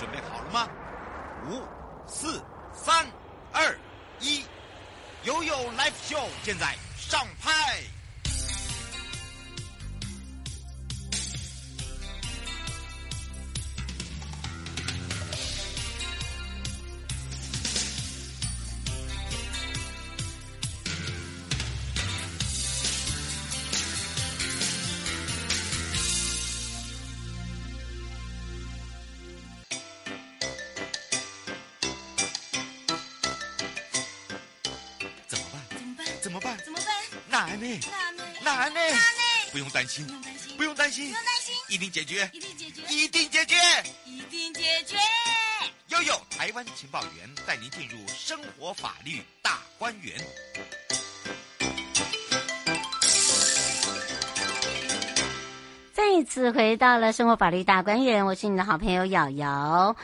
准备好了吗？5、4、3、2、1，悠悠 Live Show 现在上拍。怎么办？难呢？不用担心，一定解决。悠悠台湾情报员带您进入生活法律大观园。 再一次回到了生活法律大观园，我是你的好朋友瑶瑶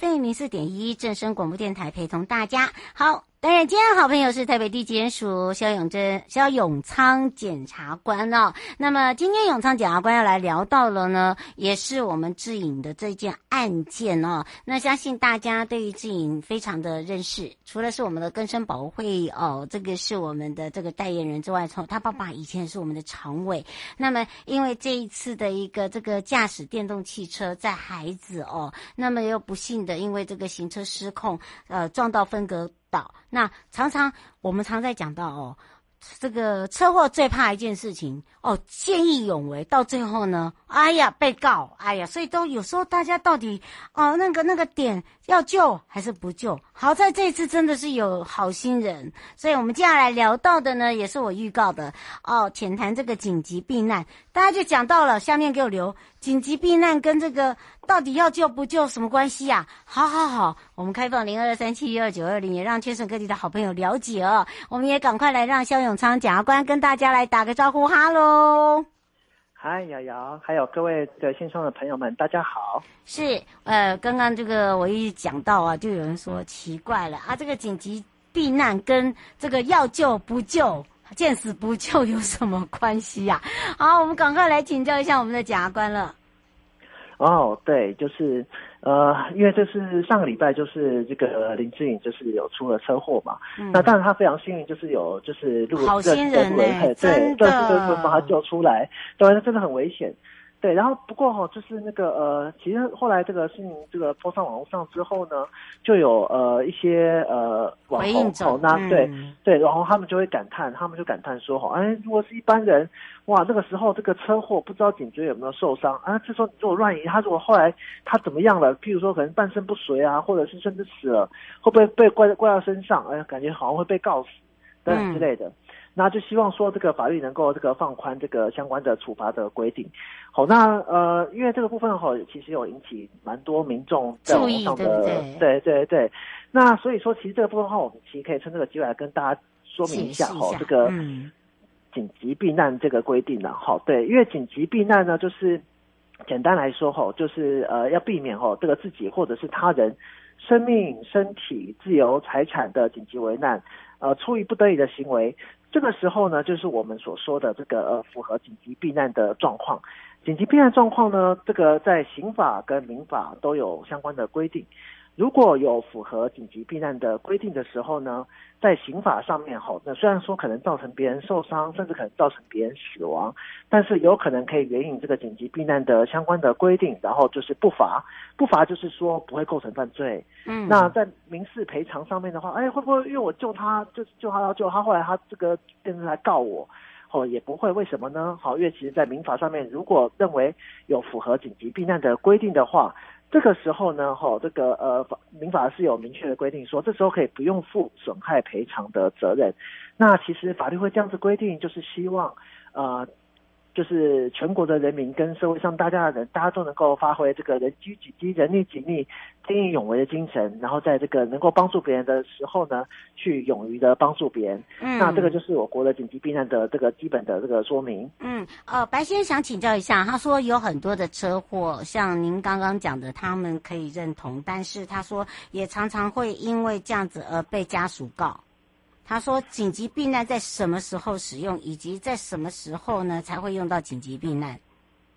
，FM04.1正声广播电台，陪同大家。好。当然，今天的好朋友是台北地检署萧永昌检察官哦。那么今天永昌检察官要来聊到了呢，也是我们智颖的这件案件哦。那相信大家对于智颖非常的认识，除了是我们的更生保护会哦，这个是我们的这个代言人之外，他爸爸以前是我们的常委。那么因为这一次的一个这个驾驶电动汽车载孩子哦，那么又不幸的因为这个行车失控，撞到分隔岛。那我们常在讲到哦，这个车祸最怕一件事情哦，见义勇为，到最后呢，被告，所以都有时候大家到底那个点要救还是不救？好在这次真的是有好心人，所以我们接下来聊到的呢，也是我预告的哦，浅谈这个紧急避难，大家就讲到了，下面给我留紧急避难跟这个到底要救不救什么关系啊？好，我们开放0237129220，也让全省各地的好朋友了解哦。我们也赶快来让萧永昌检察官跟大家来打个招呼，哈喽。 嗨，瑶瑶，还有各位的线上的朋友们，大家好。 是，刚刚这个我一讲到啊，就有人说奇怪了啊，这个紧急避难跟这个要救不救、见死不救有什么关系啊？好，我们赶快来请教一下我们的检察官了。 哦，对，就是因为这是上个礼拜，就是这个林志颖就是有出了车祸嘛，那当然他非常幸运，就是有就是好心人对， 真的对，把他救出来，对，真的很危险。对，然后不过就是那个其实后来这个事情这个播上网络上之后呢，就有一些网红那对，然后他们就感叹说如果是一般人，哇，那个时候这个车祸不知道颈椎有没有受伤啊？这时候你如果乱移，他如果后来他怎么样了？譬如说可能半身不遂啊，或者是甚至死了，会不会被怪到身上？感觉好像会被告死等等之类的。那就希望说这个法律能够这个放宽这个相关的处罚的规定。好，那因为这个部分其实有引起蛮多民众在网上的对。那所以说其实这个部分我们其实可以趁这个机会来跟大家说明一下这个紧急避难这个规定啦。对，因为紧急避难呢，就是简单来说就是要避免这个自己或者是他人生命、身体、自由、财产的紧急危难，出于不得已的行为。这个时候呢，就是我们所说的这个符合紧急避难的状况。紧急避难状况呢，这个在刑法跟民法都有相关的规定。如果有符合紧急避难的规定的时候呢，在刑法上面那虽然说可能造成别人受伤，甚至可能造成别人死亡，但是有可能可以援引这个紧急避难的相关的规定，然后就是不罚就是说不会构成犯罪。那在民事赔偿上面的话，会不会因为我救他要救他，后来他这个变成来告我？也不会，为什么呢？因为其实在民法上面，如果认为有符合紧急避难的规定的话，这个时候呢，这个民法是有明确的规定说，这时候可以不用负损害赔偿的责任。那其实法律会这样子规定，就是希望就是全国的人民跟社会上大家都能够发挥这个人居己机、人力己力、见义勇为的精神，然后在这个能够帮助别人的时候呢，去勇于的帮助别人。那这个就是我国的紧急避难的这个基本的这个说明。 白先生想请教一下，他说有很多的车祸，像您刚刚讲的，他们可以认同，但是他说也常常会因为这样子而被家属告。他说紧急避难在什么时候使用，以及在什么时候呢才会用到紧急避难？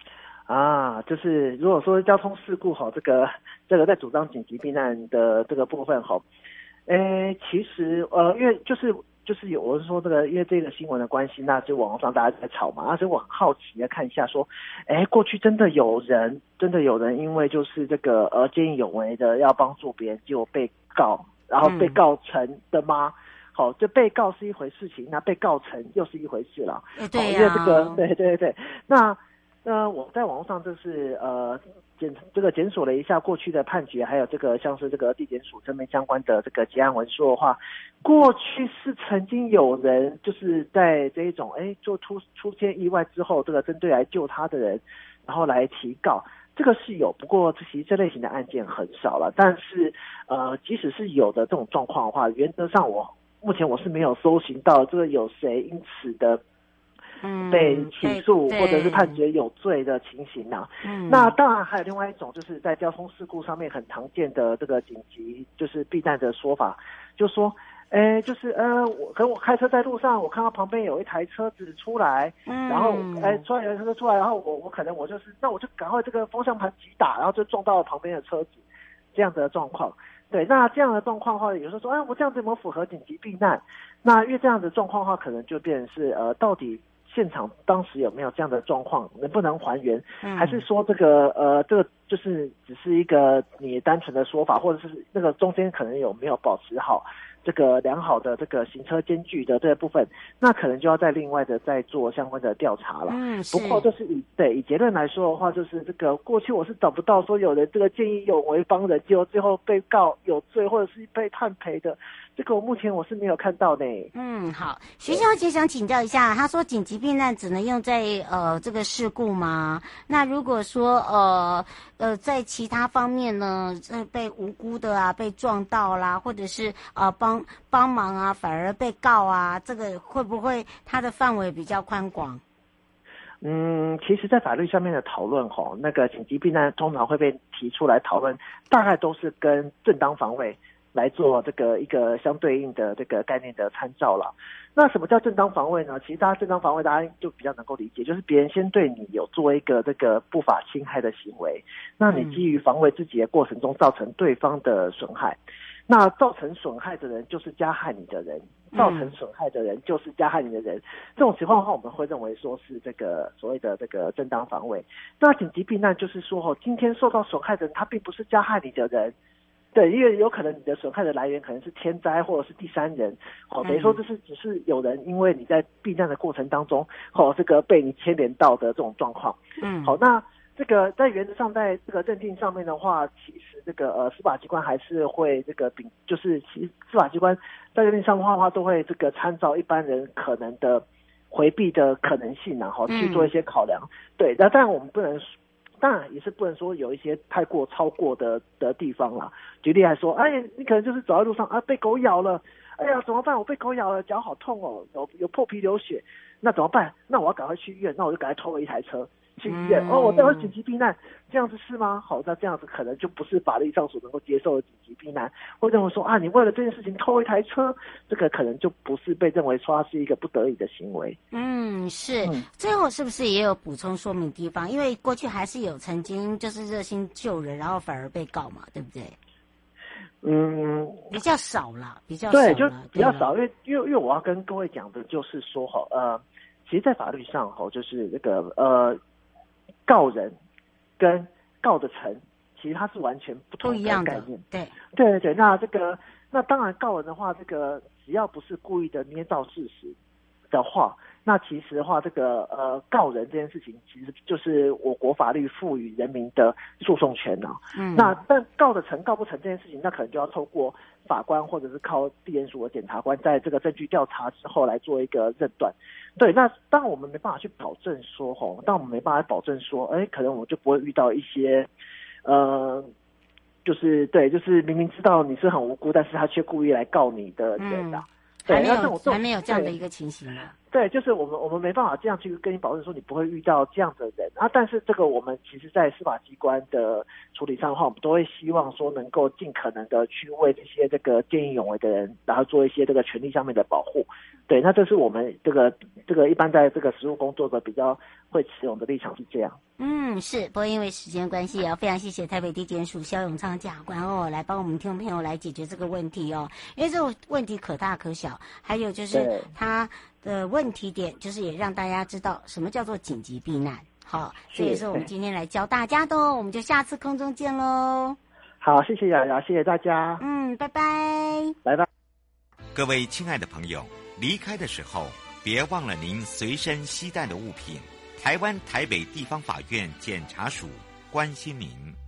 就是如果说交通事故这个在主张紧急避难的这个部分其实因为就是有人说这个，因为这个新闻的关系，那就网络上大家在吵嘛，所以我很好奇的看一下说，过去真的有人因为就是这个见义勇为的要帮助别人，结果被告，然后被告成的吗？好，就被告是一回事情，那被告成又是一回事了。 对呀， 因为这个对，那我在网络上就是检索了一下过去的判决，还有这个像是这个地检署这边相关的这个结案文书的话，过去是曾经有人就是在这一种做出现意外之后，这个针对来救他的人，然后来提告，这个是有，不过其实这类型的案件很少了。但是即使是有的这种状况的话，原则上目前我是没有搜寻到这个有谁因此的被起诉或者是判决有罪的情形啊。那当然还有另外一种，就是在交通事故上面很常见的这个紧急就是避难的说法，就说我开车在路上，我看到旁边有一台车子出来，然后突然有一台车出来，然后我可能我就赶快这个方向盘急打，然后就撞到了旁边的车子，这样的状况。对，那这样的状况的话，有时候说，我这样子有没有符合紧急避难？那因为这样的状况的话，可能就变成是到底现场当时有没有这样的状况，能不能还原？还是说这个就是只是一个你单纯的说法，或者是那个中间可能有没有保持好这个良好的这个行车间距的这个部分，那可能就要再另外的再做相关的调查了。不过就是以结论来说的话，就是这个过去我是找不到说有人这个见义勇为帮人，结果最后被告有罪或者是被判赔的，这个目前我是没有看到的。 好，徐小姐想请教一下，她说紧急避难只能用在这个事故吗？那如果说在其他方面呢，被无辜的被撞到啦，或者是帮忙啊，反而被告啊，这个会不会它的范围比较宽广？ 其实在法律上面的讨论那个紧急避难通常会被提出来讨论，大概都是跟正当防卫来做这个一个相对应的这个概念的参照了。那什么叫正当防卫呢？其实大家正当防卫大家就比较能够理解，就是别人先对你有做一个这个不法侵害的行为，那你基于防卫自己的过程中造成对方的损害，那造成损害的人就是加害你的人，造成损害的人就是加害你的人。这种情况的话，我们会认为说是这个所谓的这个正当防卫。那紧急避难就是说今天受到损害的人他并不是加害你的人。对，因为有可能你的损害的来源可能是天灾或者是第三人，等于说就是只是有人因为你在避难的过程当中，这个被你牵连到的这种状况。那这个在原则上，在这个认定上面的话，其实这个司法机关还是会这个就是其实司法机关在认定上的话，都会这个参照一般人可能的回避的可能性，然后去做一些考量。对，那当然我们当然也是不能说有一些太过超过的地方啦。举例来说，你可能就是走在路上被狗咬了，怎么办？我被狗咬了，脚好痛哦，有破皮流血，那怎么办？那我要赶快去医院，那我就赶快偷了一台车去医院。我待会紧急避难，这样子是吗？好，那这样子可能就不是法律上所能够接受的紧急避难。或者我说你为了这件事情偷一台车，这个可能就不是被认为说它是一个不得已的行为。 是。最后是不是也有补充说明地方？因为过去还是有曾经就是热心救人，然后反而被告嘛，对不对？比较少啦，对， 就比较少，因为我要跟各位讲的就是说其实，在法律上就是这个告人跟告的成，其实它是完全不同的概念。对，那当然告人的话，这个只要不是故意的捏造事实的话，那其实的话，这个告人这件事情，其实就是我国法律赋予人民的诉讼权啊。那但告得成告不成这件事情，那可能就要透过法官或者是靠地检署的检察官在这个证据调查之后来做一个认断。对，那当然我们没办法去保证说可能我们就不会遇到一些就是明明知道你是很无辜，但是他却故意来告你的人啊。 还没有这样的一个情形啊。 对，就是我们没办法这样去跟你保证说你不会遇到这样的人啊。但是这个我们其实在司法机关的处理上的话，我们都会希望说能够尽可能的去为这些这个见义勇为的人，然后做一些这个权利上面的保护。对，那这是我们这个一般在这个实务工作的比较会持有的立场是这样。 是，不过因为时间关系，也要非常谢谢台北地检署萧永昌检察官来帮我们听众朋友来解决这个问题因为这个问题可大可小，还有就是它的问题点，就是也让大家知道什么叫做紧急避难。好，这也是我们今天来教大家的我们就下次空中见喽。 好，谢谢瑶瑶，谢谢大家。 拜拜， 拜拜。 各位亲爱的朋友，离开的时候别忘了您随身携带的物品。台湾台北地方法院检察署关心您。